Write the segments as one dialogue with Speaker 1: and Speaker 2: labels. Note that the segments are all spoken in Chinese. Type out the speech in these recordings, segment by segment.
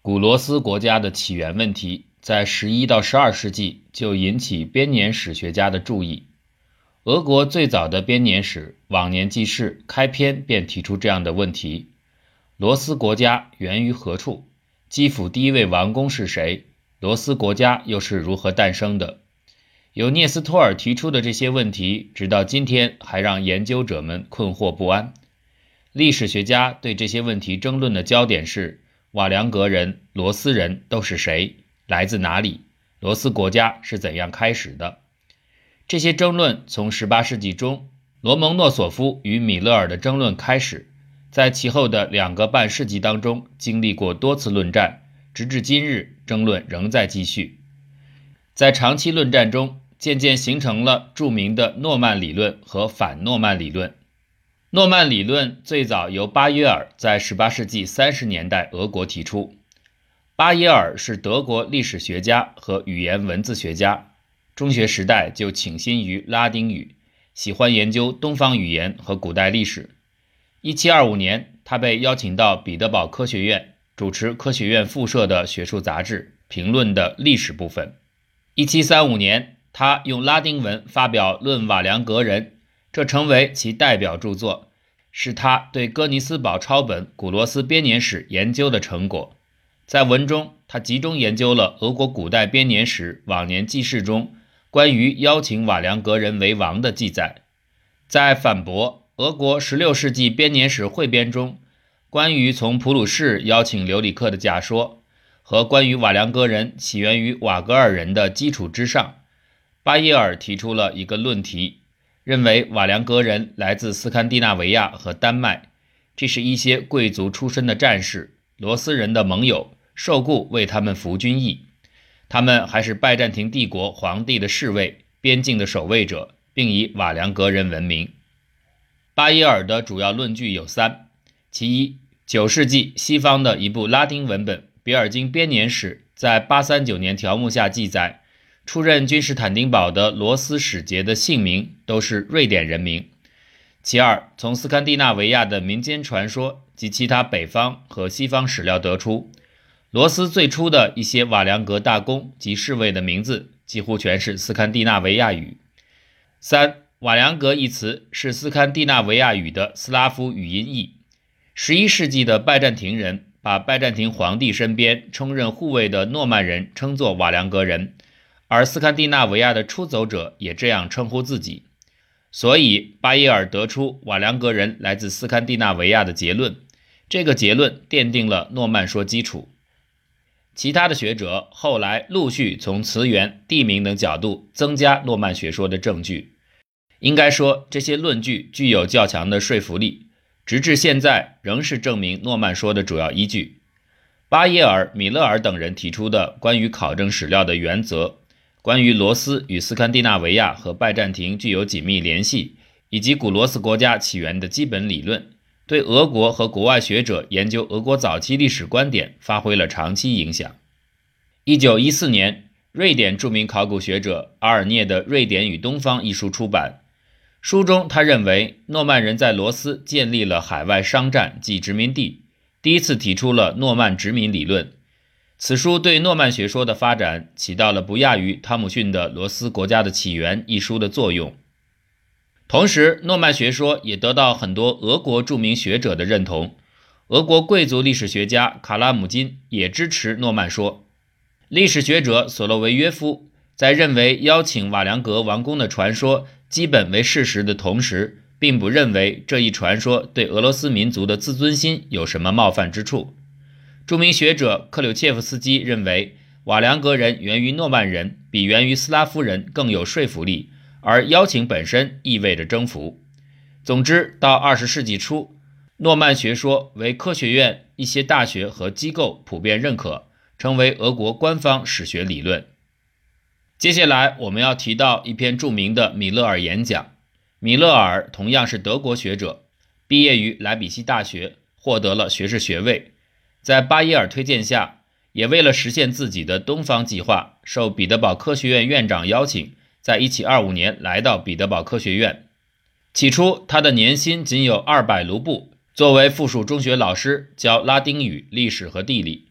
Speaker 1: 古罗斯国家的起源问题在11到12世纪就引起编年史学家的注意。俄国最早的编年史《往年纪事》开篇便提出这样的问题：罗斯国家源于何处？基辅第一位王公是谁？罗斯国家又是如何诞生的？由聂斯托尔提出的这些问题，直到今天还让研究者们困惑不安。历史学家对这些问题争论的焦点是：瓦良格人、罗斯人都是谁？来自哪里？罗斯国家是怎样开始的？这些争论从18世纪中罗蒙诺索夫与米勒尔的争论开始，在其后的2个半世纪当中经历过多次论战，直至今日争论仍在继续。在长期论战中，渐渐形成了著名的诺曼理论和反诺曼理论。诺曼理论最早由巴耶尔在18世纪30年代俄国提出。巴耶尔是德国历史学家和语言文字学家，中学时代就倾心于拉丁语，喜欢研究东方语言和古代历史。1725年，他被邀请到彼得堡科学院，主持科学院附设的学术杂志《评论》的历史部分。1735年，他用拉丁文发表《论瓦良格人》，这成为其代表著作，是他对哥尼斯堡抄本古罗斯编年史研究的成果。在文中，他集中研究了俄国古代编年史往年纪事中关于邀请瓦良格人为王的记载，在反驳俄国16世纪编年史汇编中关于从普鲁士邀请留里克的假说和关于瓦良格人起源于瓦格尔人的基础之上，巴耶尔提出了一个论题，认为瓦良格人来自斯堪的纳维亚和丹麦，这是一些贵族出身的战士，罗斯人的盟友，受雇为他们服军役。他们还是拜占庭帝国皇帝的侍卫，边境的守卫者，并以瓦良格人闻名。巴耶尔的主要论据有3，其一，9世纪西方的一部拉丁文本《比尔金编年史》在839年条目下记载，出任君士坦丁堡的罗斯使节的姓名都是瑞典人名。其二，从斯堪的纳维亚的民间传说及其他北方和西方史料得出，罗斯最初的一些瓦良格大公及侍卫的名字几乎全是斯堪的纳维亚语。3，瓦良格一词是斯堪的纳维亚语的斯拉夫语音译。11世纪的拜占庭人把拜占庭皇帝身边充任护卫的诺曼人称作瓦良格人，而斯堪的纳维亚的出走者也这样称呼自己。所以巴耶尔得出瓦良格人来自斯堪的纳维亚的结论，这个结论奠定了诺曼说基础。其他的学者后来陆续从词源、地名等角度增加诺曼学说的证据。应该说，这些论据具有较强的说服力，直至现在仍是证明诺曼说的主要依据。巴耶尔、米勒尔等人提出的关于考证史料的原则，关于罗斯与斯堪的纳维亚和拜占庭具有紧密联系，以及古罗斯国家起源的基本理论，对俄国和国外学者研究俄国早期历史观点发挥了长期影响。1914年，瑞典著名考古学者阿尔涅的《瑞典与东方》一书出版，书中他认为诺曼人在罗斯建立了海外商站即殖民地，第一次提出了诺曼殖民理论。此书对诺曼学说的发展起到了不亚于汤姆逊的《罗斯国家的起源》一书的作用。同时，诺曼学说也得到很多俄国著名学者的认同。俄国贵族历史学家卡拉姆金也支持诺曼说。历史学者索洛维约夫在认为邀请瓦良格王公的传说基本为事实的同时，并不认为这一传说对俄罗斯民族的自尊心有什么冒犯之处。著名学者克柳切夫斯基认为瓦良格人源于诺曼人，比源于斯拉夫人更有说服力，而邀请本身意味着征服。总之，到20世纪初，诺曼学说为科学院、一些大学和机构普遍认可，成为俄国官方史学理论。接下来我们要提到一篇著名的米勒尔演讲。米勒尔同样是德国学者，毕业于莱比锡大学，获得了学士学位。在巴耶尔推荐下，也为了实现自己的东方计划，受彼得堡科学院院长邀请，在1725年来到彼得堡科学院。起初他的年薪仅有200卢布，作为附属中学老师教拉丁语、历史和地理。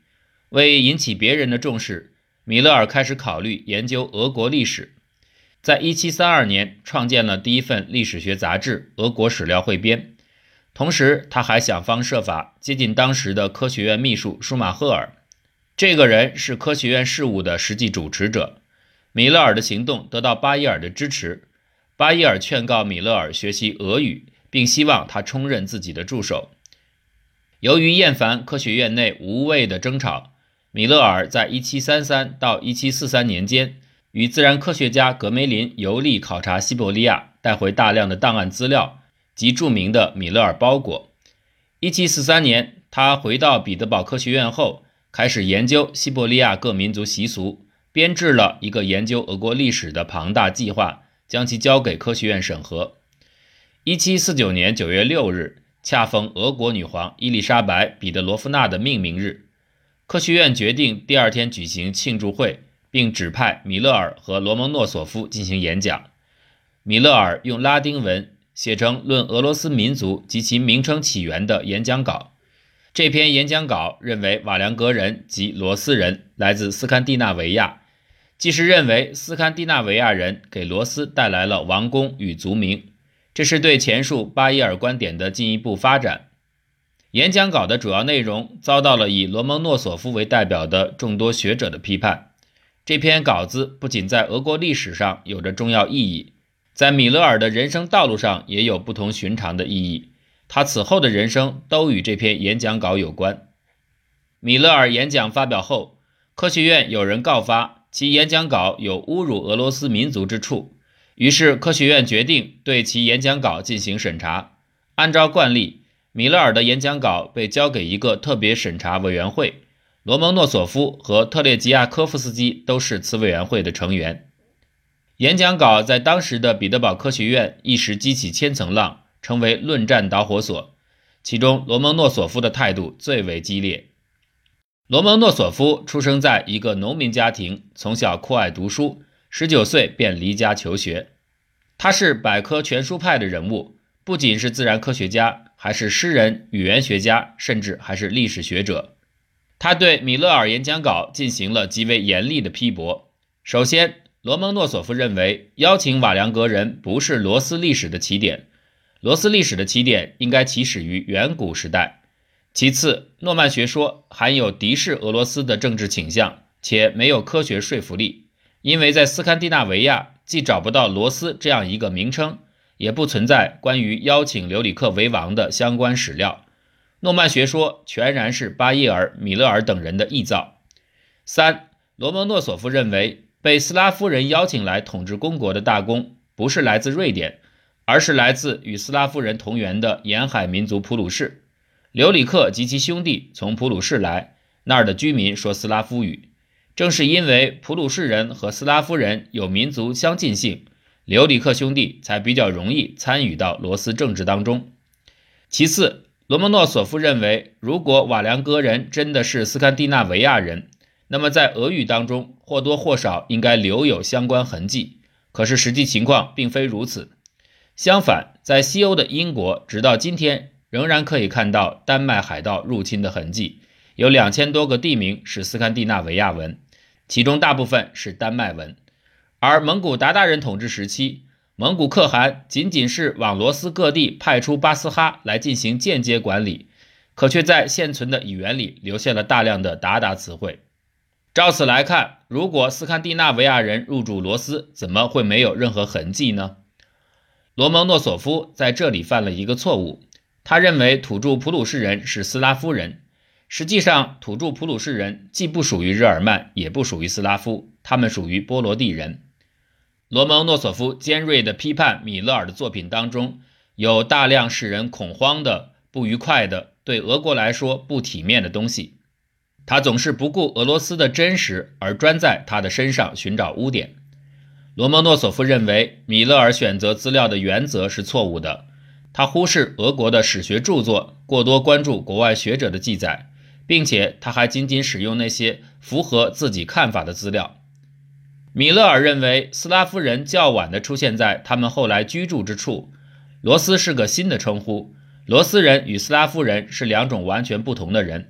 Speaker 1: 为引起别人的重视，米勒尔开始考虑研究俄国历史。在1732年创建了第一份历史学杂志《俄国史料汇编》，同时他还想方设法接近当时的科学院秘书舒马赫尔。这个人是科学院事务的实际主持者。米勒尔的行动得到巴伊尔的支持，巴伊尔劝告米勒尔学习俄语，并希望他充任自己的助手。由于厌烦科学院内无谓的争吵，米勒尔在1733到1743年间与自然科学家格梅林游历考察西伯利亚，带回大量的档案资料及著名的米勒尔包裹。1743年，他回到彼得堡科学院后，开始研究西伯利亚各民族习俗，编制了一个研究俄国历史的庞大计划，将其交给科学院审核。1749年9月6日，恰逢俄国女皇伊丽莎白·彼得罗夫娜的命名日，科学院决定第二天举行庆祝会，并指派米勒尔和罗蒙诺索夫进行演讲。米勒尔用拉丁文写成论俄罗斯民族及其名称起源的演讲稿。这篇演讲稿认为瓦良格人及罗斯人来自斯堪的纳维亚，即是认为斯堪的纳维亚人给罗斯带来了王公与族名，这是对前述巴伊尔观点的进一步发展。演讲稿的主要内容遭到了以罗蒙诺索夫为代表的众多学者的批判。这篇稿子不仅在俄国历史上有着重要意义，在米勒尔的人生道路上也有不同寻常的意义。他此后的人生都与这篇演讲稿有关。米勒尔演讲发表后，科学院有人告发其演讲稿有侮辱俄罗斯民族之处，于是科学院决定对其演讲稿进行审查。按照惯例，米勒尔的演讲稿被交给一个特别审查委员会，罗蒙诺索夫和特列吉亚科夫斯基都是此委员会的成员。演讲稿在当时的彼得堡科学院一时激起千层浪，成为论战导火索，其中罗蒙诺索夫的态度最为激烈。罗蒙诺索夫出生在一个农民家庭，从小酷爱读书，19岁便离家求学。他是百科全书派的人物，不仅是自然科学家，还是诗人、语言学家，甚至还是历史学者。他对米勒尔演讲稿进行了极为严厉的批驳。首先，罗蒙诺索夫认为邀请瓦良格人不是罗斯历史的起点，罗斯历史的起点应该起始于远古时代。其次，诺曼学说含有敌视俄罗斯的政治倾向，且没有科学说服力，因为在斯堪的纳维亚既找不到罗斯这样一个名称，也不存在关于邀请留里克为王的相关史料。诺曼学说全然是巴耶尔、米勒尔等人的臆造。三，罗蒙诺索夫认为被斯拉夫人邀请来统治公国的大公不是来自瑞典，而是来自与斯拉夫人同源的沿海民族普鲁士。留里克及其兄弟从普鲁士来，那儿的居民说斯拉夫语。正是因为普鲁士人和斯拉夫人有民族相近性，留里克兄弟才比较容易参与到罗斯政治当中。其次，罗蒙诺索夫认为，如果瓦良格人真的是斯堪的纳维亚人，那么在俄语当中或多或少应该留有相关痕迹，可是实际情况并非如此。相反，在西欧的英国，直到今天仍然可以看到丹麦海盗入侵的痕迹，有2000多个地名是斯堪的纳维亚文，其中大部分是丹麦文。而蒙古鞑靼人统治时期，蒙古可汗仅仅是往罗斯各地派出巴斯哈来进行间接管理，可却在现存的语言里留下了大量的鞑靼词汇。照此来看，如果斯堪的纳维亚人入驻罗斯，怎么会没有任何痕迹呢？罗蒙诺索夫在这里犯了一个错误，他认为土著普鲁士人是斯拉夫人。实际上，土著普鲁士人既不属于日耳曼，也不属于斯拉夫，他们属于波罗的人。罗蒙诺索夫尖锐地批判米勒尔的作品当中有大量使人恐慌的、不愉快的、对俄国来说不体面的东西。他总是不顾俄罗斯的真实，而专在他的身上寻找污点。罗蒙诺索夫认为米勒尔选择资料的原则是错误的，他忽视俄国的史学著作，过多关注国外学者的记载，并且他还仅仅使用那些符合自己看法的资料。米勒尔认为斯拉夫人较晚地出现在他们后来居住之处，罗斯是个新的称呼，罗斯人与斯拉夫人是两种完全不同的人，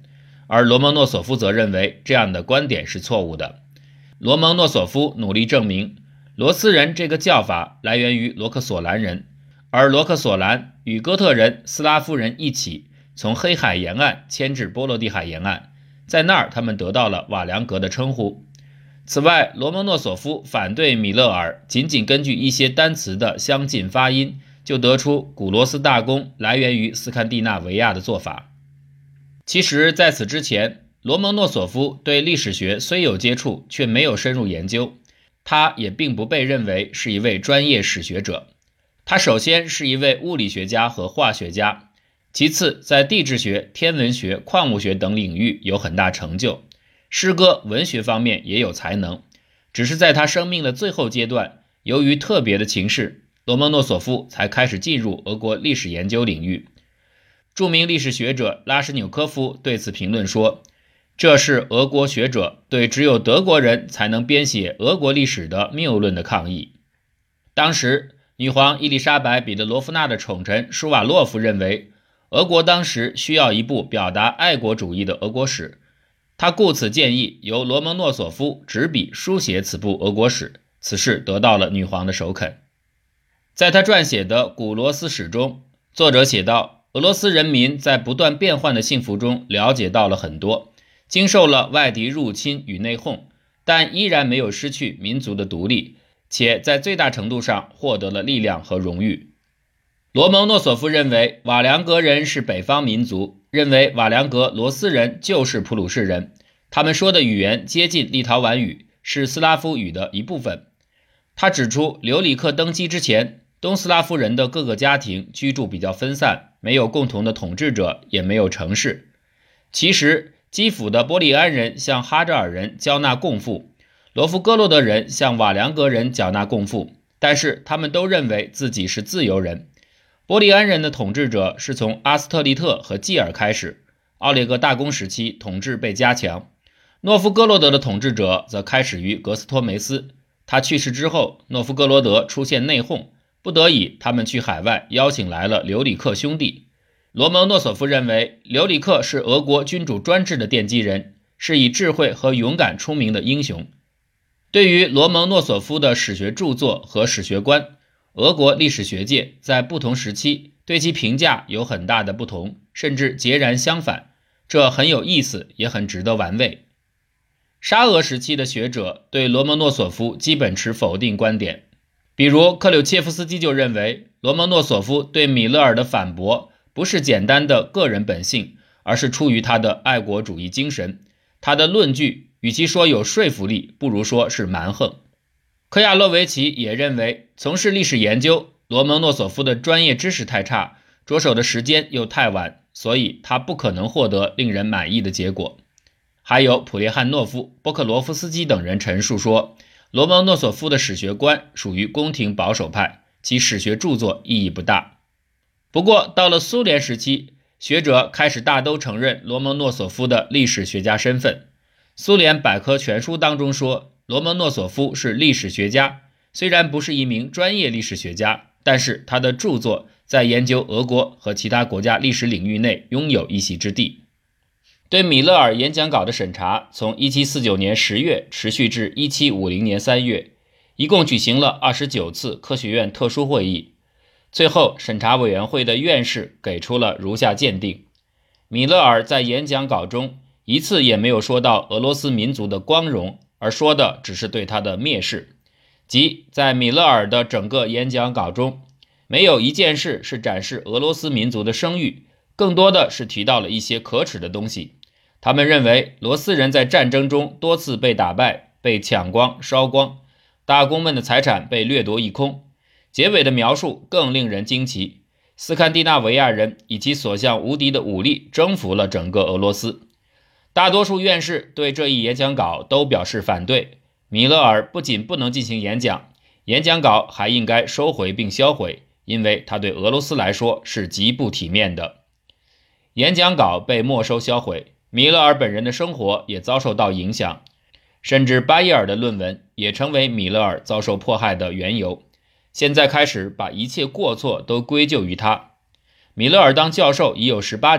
Speaker 1: 而罗蒙诺索夫则认为这样的观点是错误的。罗蒙诺索夫努力证明，罗斯人这个叫法来源于罗克索兰人，而罗克索兰与哥特人、斯拉夫人一起从黑海沿岸迁至波罗的海沿岸，在那儿他们得到了瓦良格的称呼。此外，罗蒙诺索夫反对米勒尔仅仅根据一些单词的相近发音就得出古罗斯大公来源于斯堪的纳维亚的做法。其实在此之前，罗蒙诺索夫对历史学虽有接触，却没有深入研究，他也并不被认为是一位专业史学者。他首先是一位物理学家和化学家，其次在地质学、天文学、矿物学等领域有很大成就，诗歌、文学方面也有才能。只是在他生命的最后阶段，由于特别的情势，罗蒙诺索夫才开始进入俄国历史研究领域。著名历史学者拉什纽科夫对此评论说，这是俄国学者对只有德国人才能编写俄国历史的谬论的抗议。当时女皇伊丽莎白·彼得罗夫娜的宠臣舒瓦洛夫认为，俄国当时需要一部表达爱国主义的俄国史，他故此建议由罗蒙诺索夫执笔书写此部俄国史，此事得到了女皇的首肯。在他撰写的《古罗斯史》中，作者写道，俄罗斯人民在不断变换的幸福中了解到了很多，经受了外敌入侵与内讧，但依然没有失去民族的独立，且在最大程度上获得了力量和荣誉。罗蒙诺索夫认为瓦良格人是北方民族，认为瓦良格罗斯人就是普鲁士人，他们说的语言接近立陶宛语，是斯拉夫语的一部分。他指出，留里克登基之前，东斯拉夫人的各个家庭居住比较分散，没有共同的统治者，也没有城市。其实基辅的波利安人向哈扎尔人交纳贡赋，罗夫哥罗德人向瓦良格人缴纳贡赋，但是他们都认为自己是自由人。波利安人的统治者是从阿斯特利特和基尔开始，奥列格大公时期统治被加强。诺夫哥罗德的统治者则开始于格斯托梅斯，他去世之后，诺夫哥罗德出现内讧，不得已他们去海外邀请来了留里克兄弟。罗蒙诺索夫认为留里克是俄国君主专制的奠基人，是以智慧和勇敢出名的英雄。对于罗蒙诺索夫的史学著作和史学观，俄国历史学界在不同时期对其评价有很大的不同，甚至截然相反，这很有意思，也很值得玩味。沙俄时期的学者对罗蒙诺索夫基本持否定观点，比如克柳切夫斯基就认为罗蒙诺索夫对米勒尔的反驳不是简单的个人本性，而是出于他的爱国主义精神，他的论据与其说有说服力，不如说是蛮横。科亚洛维奇也认为，从事历史研究，罗蒙诺索夫的专业知识太差，着手的时间又太晚，所以他不可能获得令人满意的结果。还有普列汉诺夫、波克罗夫斯基等人陈述说，罗蒙诺索夫的史学观属于宫廷保守派，其史学著作意义不大。不过到了苏联时期，学者开始大都承认罗蒙诺索夫的历史学家身份。苏联百科全书当中说，罗蒙诺索夫是历史学家，虽然不是一名专业历史学家，但是他的著作在研究俄国和其他国家历史领域内拥有一席之地。对米勒尔演讲稿的审查从1749年10月持续至1750年3月，一共举行了29次科学院特殊会议。最后审查委员会的院士给出了如下鉴定：米勒尔在演讲稿中一次也没有说到俄罗斯民族的光荣，而说的只是对他的蔑视。即在米勒尔的整个演讲稿中，没有一件事是展示俄罗斯民族的声誉，更多的是提到了一些可耻的东西。他们认为罗斯人在战争中多次被打败，被抢光、烧光，大公们的财产被掠夺一空。结尾的描述更令人惊奇，斯堪的纳维亚人以其所向无敌的武力征服了整个俄罗斯。大多数院士对这一演讲稿都表示反对，米勒尔不仅不能进行演讲，演讲稿还应该收回并销毁，因为他对俄罗斯来说是极不体面的。演讲稿被没收销毁，米勒尔本人的生活也遭受到影响，甚至巴耶尔的论文也成为米勒尔遭受迫害的缘由。现在开始把一切过错都归咎于他。米勒尔当教授已有18年，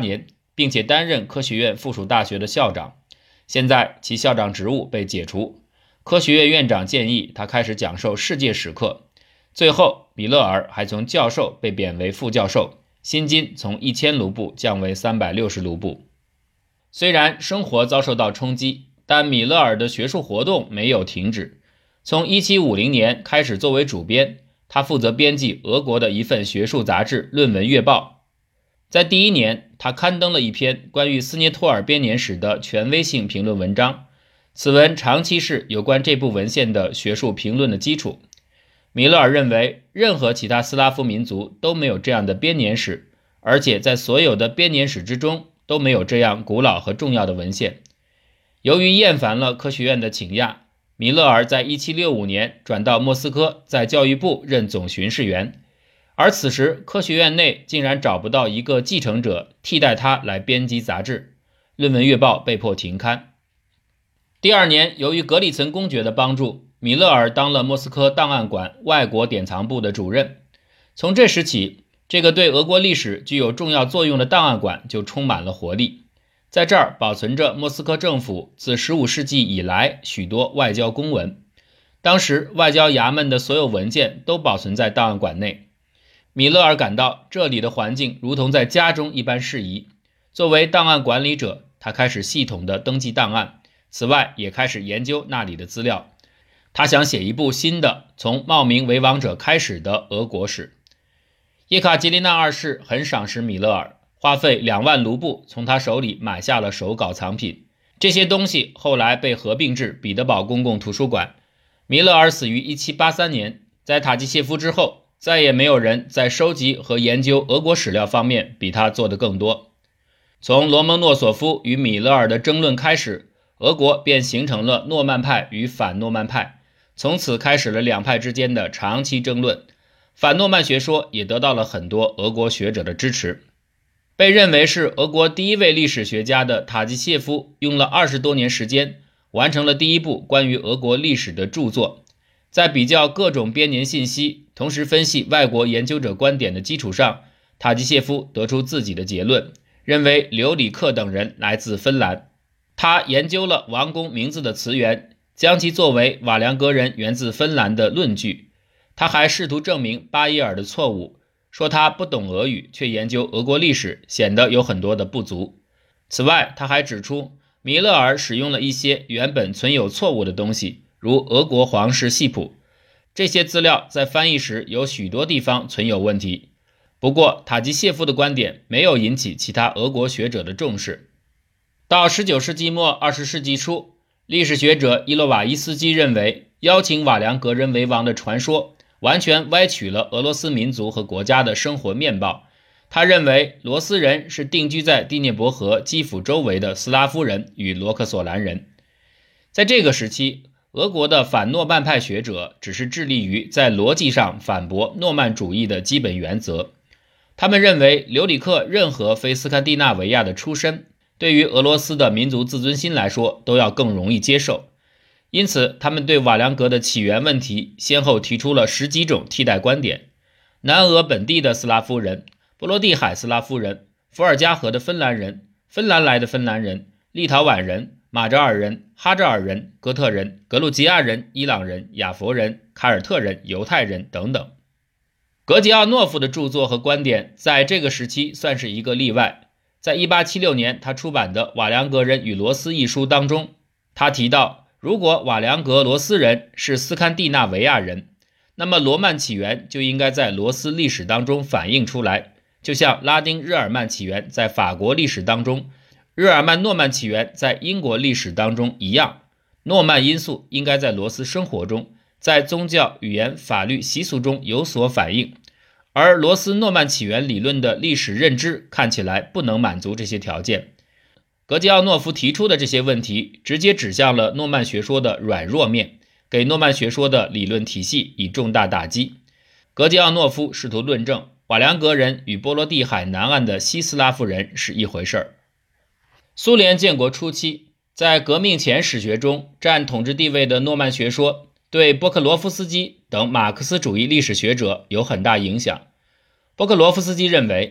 Speaker 1: 并且担任科学院附属大学的校长。现在其校长职务被解除，科学院院长建议他开始讲授世界史课。最后，米勒尔还从教授被贬为副教授，薪金从1000卢布降为360卢布。虽然生活遭受到冲击，但米勒尔的学术活动没有停止。从1750年开始作为主编，他负责编辑俄国的一份学术杂志《论文月报》。在第1年，他刊登了一篇关于斯涅托尔编年史的权威性评论文章，此文长期是有关这部文献的学术评论的基础。米勒尔认为，任何其他斯拉夫民族都没有这样的编年史，而且在所有的编年史之中都没有这样古老和重要的文献。由于厌烦了科学院的倾轧，米勒尔在1765年转到莫斯科，在教育部任总巡视员，而此时科学院内竟然找不到一个继承者替代他来编辑杂志，论文月报被迫停刊。第2年，由于格里岑公爵的帮助，米勒尔当了莫斯科档案馆外国典藏部的主任。从这时起，这个对俄国历史具有重要作用的档案馆就充满了活力。在这儿保存着莫斯科政府自15世纪以来许多外交公文，当时外交衙门的所有文件都保存在档案馆内。米勒尔感到这里的环境如同在家中一般适宜。作为档案管理者，他开始系统地登记档案，此外也开始研究那里的资料。他想写一部新的从冒名为王者开始的俄国史。叶卡捷琳娜二世很赏识米勒尔，花费2万卢布从他手里买下了手稿藏品。这些东西后来被合并至彼得堡公共图书馆。米勒尔死于1783年，在塔基谢夫之后，再也没有人在收集和研究俄国史料方面比他做得更多。从罗蒙诺索夫与米勒尔的争论开始，俄国便形成了诺曼派与反诺曼派，从此开始了两派之间的长期争论。反诺曼学说也得到了很多俄国学者的支持。被认为是俄国第一位历史学家的塔基谢夫用了20多年时间，完成了第一部关于俄国历史的著作。在比较各种编年信息，同时分析外国研究者观点的基础上，塔基谢夫得出自己的结论，认为留里克等人来自芬兰。他研究了王公名字的词源，将其作为瓦良格人源自芬兰的论据。他还试图证明巴耶尔的错误，说他不懂俄语却研究俄国历史，显得有很多的不足。此外，他还指出米勒尔使用了一些原本存有错误的东西，如俄国皇室系谱。这些资料在翻译时有许多地方存有问题。不过塔基谢夫的观点没有引起其他俄国学者的重视。到19世纪末20世纪初，历史学者伊洛瓦伊斯基认为邀请瓦良格人为王的传说完全歪曲了俄罗斯民族和国家的生活面貌。他认为罗斯人是定居在第聂伯河基辅周围的斯拉夫人与罗克索兰人。在这个时期，俄国的反诺曼派学者只是致力于在逻辑上反驳诺曼主义的基本原则。他们认为留里克任何非斯堪的纳维亚的出身，对于俄罗斯的民族自尊心来说都要更容易接受。因此他们对瓦良格的起源问题先后提出了10几种替代观点。南俄本地的斯拉夫人、波罗的海斯拉夫人、伏尔加河的芬兰人、芬兰来的芬兰人、立陶宛人、马扎尔人、哈扎尔人、哥特人、格鲁吉亚人、伊朗人、亚佛人、凯尔特人、犹太人等等。格吉奥诺夫的著作和观点在这个时期算是一个例外。在1876年他出版的《瓦良格人与罗斯》一书当中，他提到如果瓦良格罗斯人是斯堪的纳维亚人，那么罗曼起源就应该在罗斯历史当中反映出来，就像拉丁日耳曼起源在法国历史当中，日耳曼诺曼起源在英国历史当中一样。诺曼因素应该在罗斯生活中，在宗教、语言、法律、习俗中有所反映，而罗斯诺曼起源理论的历史认知看起来不能满足这些条件。格吉奥诺夫提出的这些问题直接指向了诺曼学说的软弱面，给诺曼学说的理论体系以重大打击。格吉奥诺夫试图论证瓦良格人与波罗的海南岸的西斯拉夫人是一回事儿。苏联建国初期，在革命前史学中占统治地位的诺曼学说对波克罗夫斯基等马克思主义历史学者有很大影响。波克罗夫斯基认为，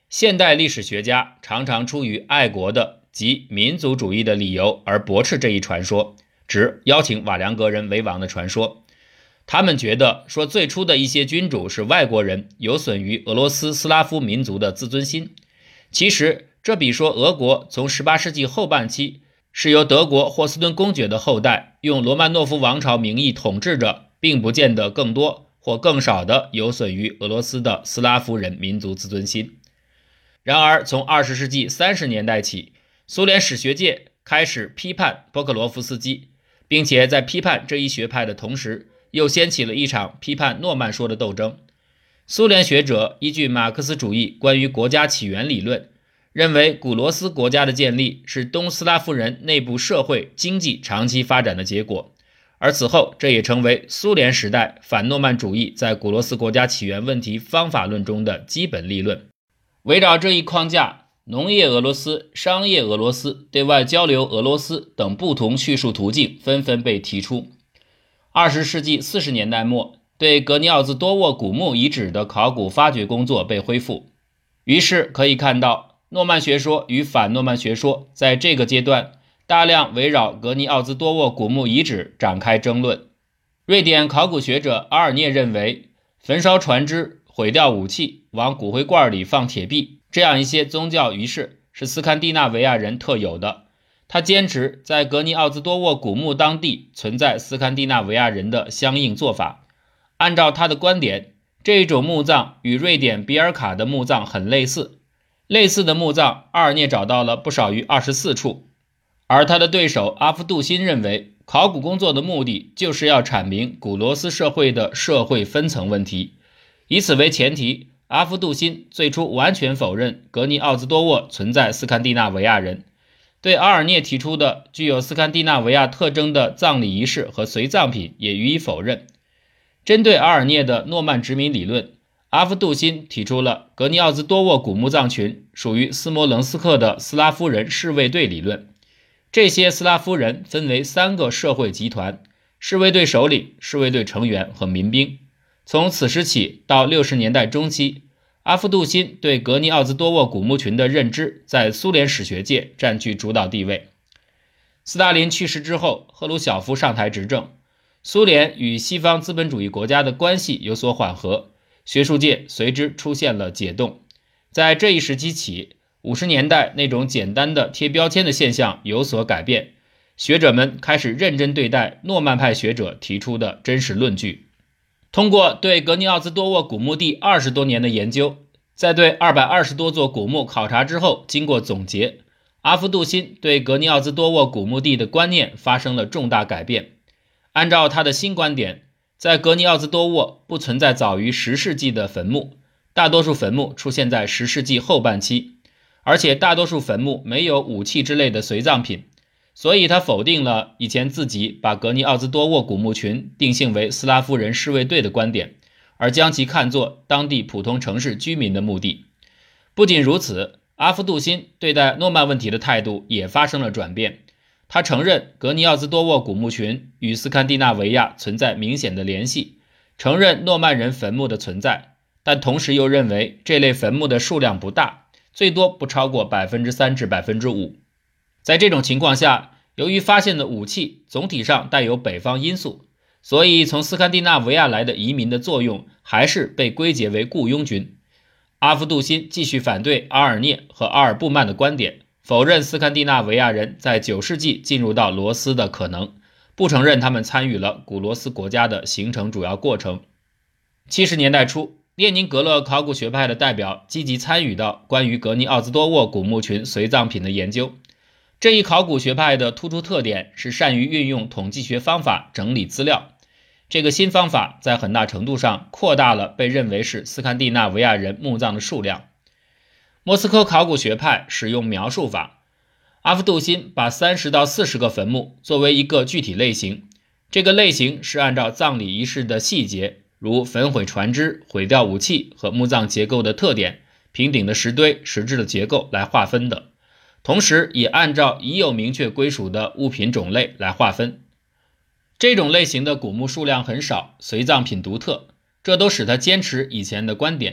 Speaker 1: 现代历史学家常常出于爱国的及民族主义的理由而驳斥这一传说，指邀请瓦良格人为王的传说。他们觉得说最初的一些君主是外国人，有损于俄罗斯斯拉夫民族的自尊心。其实这比说俄国从18世纪后半期是由德国霍斯顿公爵的后代用罗曼诺夫王朝名义统治着，并不见得更多或更少的有损于俄罗斯的斯拉夫人民族自尊心。然而从20世纪30年代起，苏联史学界开始批判波克罗夫斯基，并且在批判这一学派的同时，又掀起了一场批判诺曼说的斗争。苏联学者依据马克思主义关于国家起源理论，认为古罗斯国家的建立是东斯拉夫人内部社会经济长期发展的结果，而此后这也成为苏联时代反诺曼主义在古罗斯国家起源问题方法论中的基本立论。围绕这一框架，农业俄罗斯、商业俄罗斯、对外交流俄罗斯等不同叙述途径纷纷被提出。20世纪40年代末，对格尼奥兹多沃古墓遗址的考古发掘工作被恢复，于是可以看到诺曼学说与反诺曼学说在这个阶段大量围绕格尼奥兹多沃古墓遗址展开争论。瑞典考古学者阿尔涅认为，焚烧船只、毁掉武器、往骨灰罐里放铁币，这样一些宗教仪式是斯堪的纳维亚人特有的。他坚持在格尼奥兹多沃古墓当地存在斯堪的纳维亚人的相应做法。按照他的观点，这种墓葬与瑞典比尔卡的墓葬很类似。类似的墓葬，阿尔涅找到了不少于24处。而他的对手阿夫杜辛认为，考古工作的目的就是要阐明古罗斯社会的社会分层问题。以此为前提，阿夫杜辛最初完全否认格尼奥兹多沃存在斯堪的纳维亚人，对阿尔涅提出的具有斯堪的纳维亚特征的葬礼仪式和随葬品也予以否认。针对阿尔涅的诺曼殖民理论，阿夫杜辛提出了格尼奥兹多沃古墓葬群属于斯摩棱斯克的斯拉夫人侍卫队理论。这些斯拉夫人分为3个社会集团：侍卫队首领、侍卫队成员和民兵。从此时起到60年代中期，阿夫杜辛对格尼奥兹多沃古墓群的认知在苏联史学界占据主导地位。斯大林去世之后，赫鲁晓夫上台执政，苏联与西方资本主义国家的关系有所缓和，学术界随之出现了解冻。在这一时期起，50年代那种简单的贴标签的现象有所改变，学者们开始认真对待诺曼派学者提出的真实论据。通过对格尼奥兹多沃古墓地20多年的研究，在对220多座古墓考察之后，经过总结，阿夫杜辛对格尼奥兹多沃古墓地的观念发生了重大改变。按照他的新观点，在格尼奥兹多沃不存在早于10世纪的坟墓，大多数坟墓出现在10世纪后半期，而且大多数坟墓没有武器之类的随葬品，所以他否定了以前自己把格尼奥兹多沃古墓群定性为斯拉夫人侍卫队的观点，而将其看作当地普通城市居民的墓地。不仅如此，阿夫杜辛对待诺曼问题的态度也发生了转变。他承认格尼奥兹多沃古墓群与斯堪的纳维亚存在明显的联系，承认诺曼人坟墓的存在，但同时又认为这类坟墓的数量不大，最多不超过 3% 至 5%。 在这种情况下，由于发现的武器总体上带有北方因素，所以从斯堪的纳维亚来的移民的作用还是被归结为雇佣军。阿夫杜辛继续反对阿尔涅和阿尔布曼的观点，否认斯堪的纳维亚人在9世纪进入到罗斯的可能，不承认他们参与了古罗斯国家的形成主要过程。70年代初，列宁格勒考古学派的代表积极参与到关于格尼奥兹多沃古墓群随葬品的研究。这一考古学派的突出特点是善于运用统计学方法整理资料。这个新方法在很大程度上扩大了被认为是斯堪的纳维亚人墓葬的数量。莫斯科考古学派使用描述法，阿夫杜辛把30到40个坟墓作为一个具体类型，这个类型是按照葬礼仪式的细节，如焚毁船只、毁掉武器和墓葬结构的特点、平顶的石堆、石质的结构来划分的，同时也按照已有明确归属的物品种类来划分。这种类型的古墓数量很少，随葬品独特，这都使他坚持以前的观点，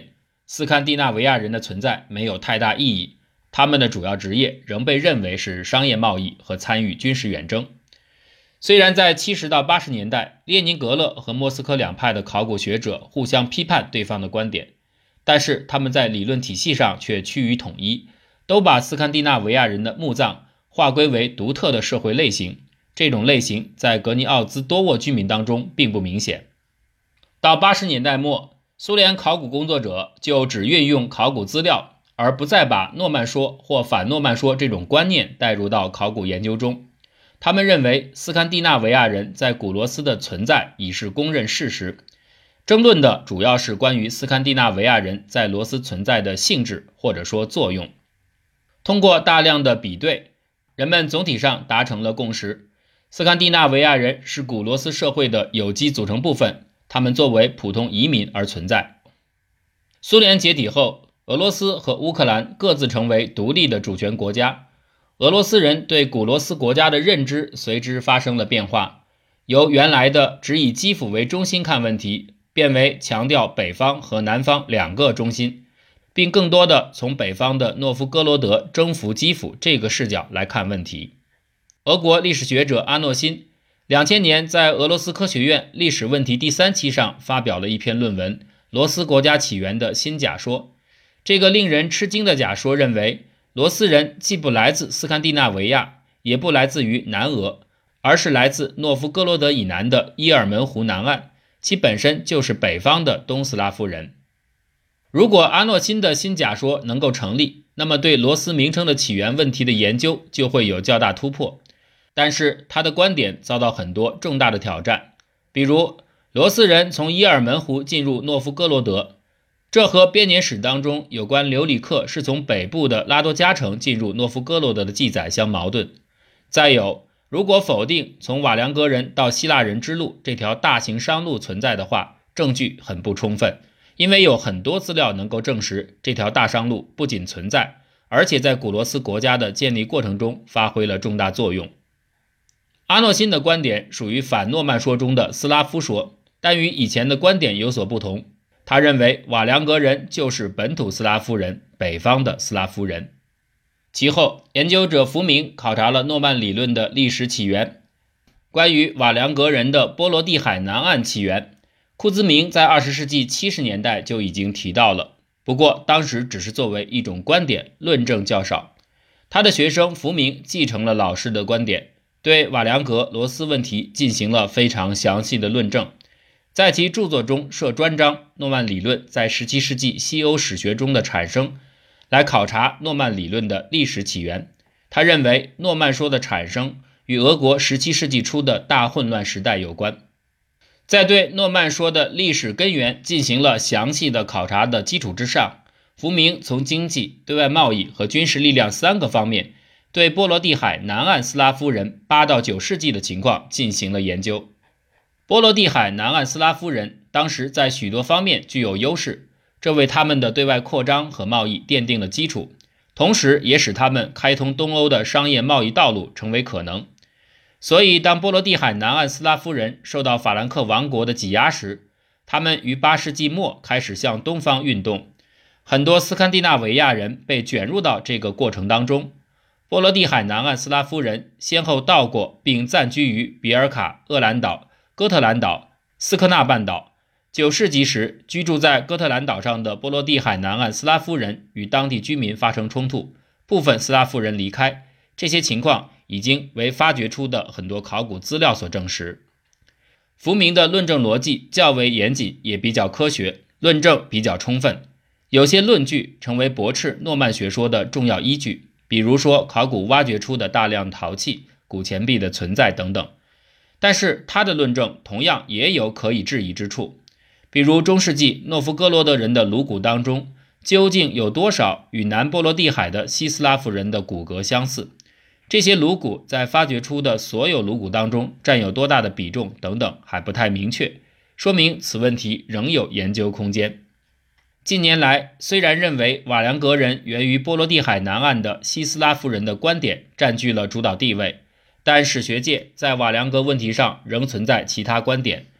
Speaker 1: 斯堪的纳维亚人的存在没有太大意义，他们的主要职业仍被认为是商业贸易和参与军事远征。虽然在70到80年代，列宁格勒和莫斯科两派的考古学者互相批判对方的观点，但是他们在理论体系上却趋于统一，都把斯堪的纳维亚人的墓葬划归为独特的社会类型，这种类型在格尼奥兹多沃居民当中并不明显。到80年代末，苏联考古工作者就只运用考古资料，而不再把诺曼说或反诺曼说这种观念带入到考古研究中。他们认为斯堪的纳维亚人在古罗斯的存在已是公认事实，争论的主要是关于斯堪的纳维亚人在罗斯存在的性质或者说作用。通过大量的比对，人们总体上达成了共识，斯堪的纳维亚人是古罗斯社会的有机组成部分，他们作为普通移民而存在。苏联解体后，俄罗斯和乌克兰各自成为独立的主权国家，俄罗斯人对古罗斯国家的认知随之发生了变化，由原来的只以基辅为中心看问题，变为强调北方和南方两个中心，并更多的从北方的诺夫哥罗德征服基辅这个视角来看问题。俄国历史学者阿诺辛2000年在俄罗斯科学院历史问题第3期上发表了一篇论文《罗斯国家起源的新假说》。这个令人吃惊的假说认为，罗斯人既不来自斯堪的纳维亚，也不来自于南俄，而是来自诺夫哥罗德以南的伊尔门湖南岸，其本身就是北方的东斯拉夫人。如果阿诺辛的新假说能够成立，那么对罗斯名称的起源问题的研究就会有较大突破。但是他的观点遭到很多重大的挑战，比如罗斯人从伊尔门湖进入诺夫哥罗德，这和编年史当中有关留里克是从北部的拉多加城进入诺夫哥罗德的记载相矛盾。再有，如果否定从瓦良格人到希腊人之路这条大型商路存在的话，证据很不充分，因为有很多资料能够证实这条大商路不仅存在，而且在古罗斯国家的建立过程中发挥了重大作用。阿诺辛的观点属于反诺曼说中的斯拉夫说，但与以前的观点有所不同。他认为瓦良格人就是本土斯拉夫人，北方的斯拉夫人。其后，研究者福明考察了诺曼理论的历史起源。关于瓦良格人的波罗的海南岸起源，库兹明在20世纪70年代就已经提到了，不过当时只是作为一种观点，论证较少。他的学生福明继承了老师的观点，对瓦良格罗斯问题进行了非常详细的论证。在其著作中设专章《诺曼理论在17世纪西欧史学中的产生》，来考察诺曼理论的历史起源。他认为诺曼说的产生与俄国17世纪初的大混乱时代有关。在对诺曼说的历史根源进行了详细的考察的基础之上，福明从经济、对外贸易和军事力量3个方面，对波罗的海南岸斯拉夫人8到9世纪的情况进行了研究。波罗的海南岸斯拉夫人当时在许多方面具有优势，这为他们的对外扩张和贸易奠定了基础，同时也使他们开通东欧的商业贸易道路成为可能。所以当波罗的海南岸斯拉夫人受到法兰克王国的挤压时，他们于8世纪末开始向东方运动，很多斯堪的纳维亚人被卷入到这个过程当中。波罗的海南岸斯拉夫人先后到过并暂居于比尔卡、厄兰岛、哥特兰岛、斯科纳半岛。9世纪时，居住在哥特兰岛上的波罗的海南岸斯拉夫人与当地居民发生冲突，部分斯拉夫人离开，这些情况已经为发掘出的很多考古资料所证实。福明的论证逻辑较为严谨，也比较科学，论证比较充分，有些论据成为驳斥诺曼学说的重要依据，比如说考古挖掘出的大量陶器、古钱币的存在等等。但是他的论证同样也有可以质疑之处，比如中世纪诺夫哥罗德人的颅骨当中究竟有多少与南波罗的海的西斯拉夫人的骨骼相似，这些颅骨在发掘出的所有颅骨当中占有多大的比重等等还不太明确，说明此问题仍有研究空间。近年来，虽然认为瓦良格人源于波罗的海南岸的西斯拉夫人的观点占据了主导地位，但史学界在瓦良格问题上仍存在其他观点。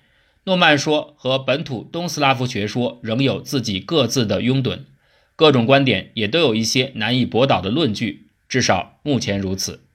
Speaker 1: 诺曼说和本土东斯拉夫学说仍有自己各自的拥趸，各种观点也都有一些难以驳倒的论据，至少目前如此。